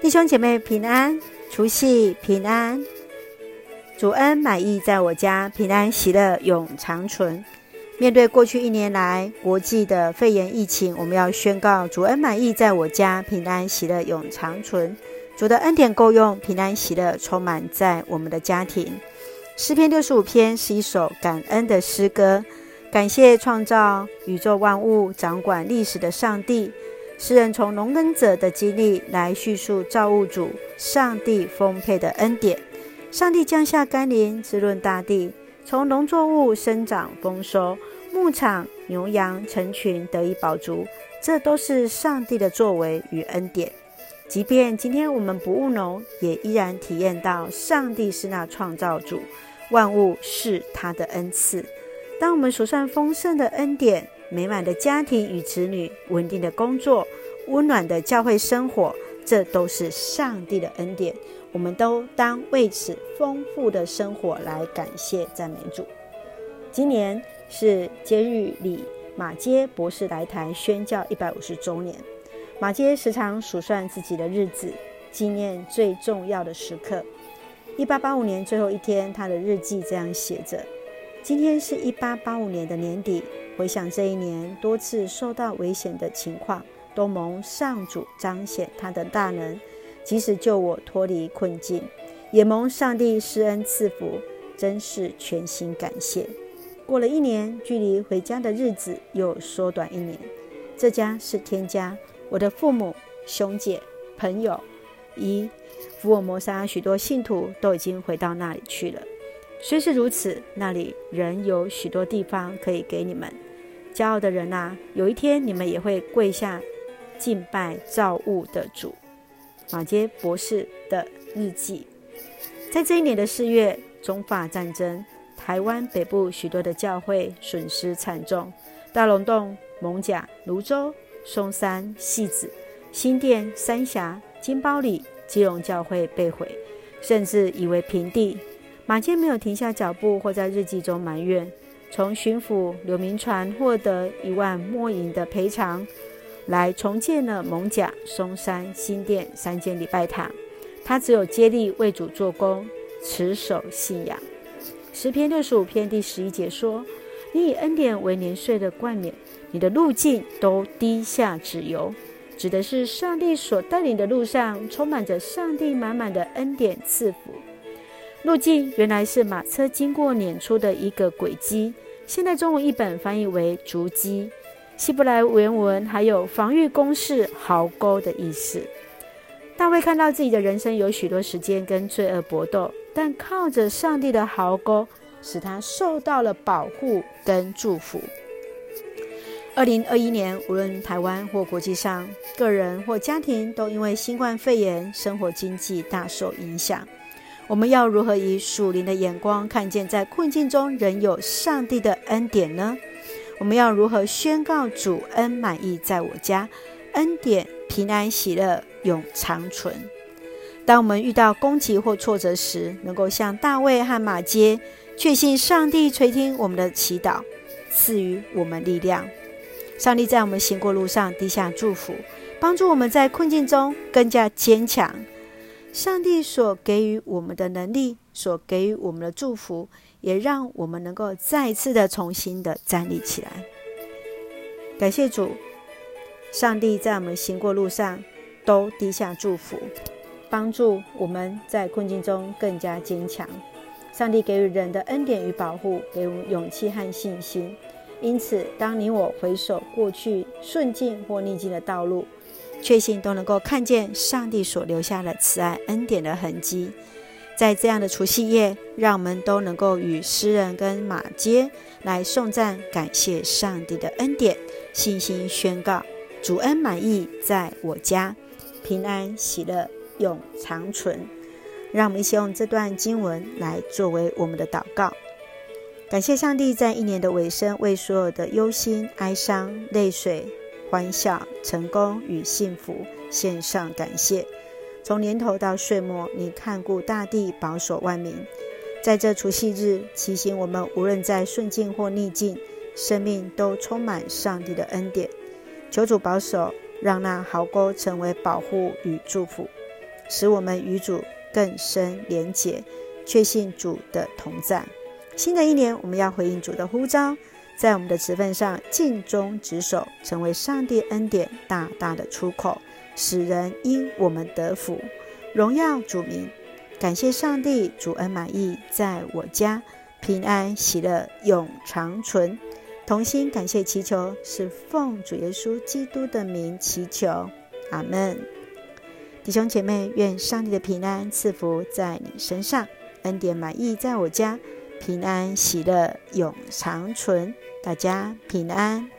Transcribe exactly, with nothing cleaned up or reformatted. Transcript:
弟兄姐妹平安，除夕平安，主恩满溢在我家，平安喜乐永长存。面对过去一年来国际的肺炎疫情，我们要宣告主恩满溢在我家，平安喜乐永长存。主的恩典够用，平安喜乐充满在我们的家庭。诗篇六十五篇是一首感恩的诗歌，感谢创造宇宙万物、掌管历史的上帝。诗人从农耕者的经历来叙述造物主上帝丰沛的恩典。上帝降下甘霖，滋润大地，从农作物生长丰收，牧场牛羊成群得以饱足，这都是上帝的作为与恩典。即便今天我们不务农，也依然体验到上帝是那创造主，万物是他的恩赐。当我们数算丰盛的恩典，美满的家庭与子女，稳定的工作，温暖的教会生活，这都是上帝的恩典。我们都当为此丰富的生活来感谢赞美主。今年是接日里马偕博士来台宣教一百五十周年。马偕时常数算自己的日子，纪念最重要的时刻。一八八五年最后一天，他的日记这样写着：今天是一八八五年的年底，回想这一年多次受到危险的情况，都蒙上主彰显他的大能，即使救我脱离困境，也蒙上帝施恩赐福，真是全心感谢。过了一年，距离回家的日子又缩短一年。这家是天家，我的父母、兄姐、朋友以福尔摩沙许多信徒都已经回到那里去了。虽是如此，那里仍有许多地方可以给你们。骄傲的人啊，有一天你们也会跪下敬拜造物的主。马偕博士的日记。在这一年的四月，中法战争，台湾北部许多的教会损失惨重，大龙洞、艋舺、泸州、松山、汐止、新店、三峡、金包里、基隆教会被毁，甚至夷为平地。马偕没有停下脚步，或在日记中埋怨。从巡抚刘铭传获得一万没银的赔偿，来重建了艋舺、松山、新店三间礼拜堂。他只有接力为主做工，持守信仰。诗篇六十五篇第十一节说：你以恩典为年岁的冠冕，你的路径都滴下脂油。指的是上帝所带领的路上充满着上帝满满的恩典赐福。路径原来是马车经过碾出的一个轨迹，现代中文译本翻译为足迹，希伯来原文还有防御工事、壕沟的意思。大卫看到自己的人生有许多时间跟罪恶搏斗，但靠着上帝的壕沟，使他受到了保护跟祝福。二零二一年，无论台湾或国际上，个人或家庭都因为新冠肺炎，生活经济大受影响。我们要如何以属灵的眼光看见在困境中仍有上帝的恩典呢？我们要如何宣告主恩满溢在我家，恩典平安喜乐永长存？当我们遇到攻击或挫折时，能够像大卫和马偕，确信上帝垂听我们的祈祷，赐予我们力量。上帝在我们行过路上滴下祝福，帮助我们在困境中更加坚强。上帝所给予我们的能力，所给予我们的祝福，也让我们能够再一次的重新的站立起来。感谢主，上帝在我们行过路上都滴下祝福，帮助我们在困境中更加坚强。上帝给予人的恩典与保护，给我们勇气和信心。因此，当你我回首过去顺境或逆境的道路，确信都能够看见上帝所留下的慈爱恩典的痕迹。在这样的除夕夜，让我们都能够与诗人跟马偕来颂赞感谢上帝的恩典，信心宣告主恩满溢在我家，平安喜乐永长存。让我们一起用这段经文来作为我们的祷告。感谢上帝在一年的尾声，为所有的忧心、哀伤、泪水、欢笑、成功与幸福献上感谢。从年头到岁末，你看顾大地，保守万民。在这除夕日，提醒我们无论在顺境或逆境，生命都充满上帝的恩典。求主保守，让那壕沟成为保护与祝福。 使我们与主更深连结，确信主的同在。新的一年，我们要回应主的呼召，在我们的职分上尽忠职守，成为上帝恩典大大的出口，使人因我们得福，荣耀主名。感谢上帝，主恩满溢在我家，平安喜乐永长存。同心感谢祈求，是奉主耶稣基督的名祈求，阿们。弟兄姐妹，愿上帝的平安赐福在你身上，恩典满溢在我家，平安喜乐永长存。大家平安。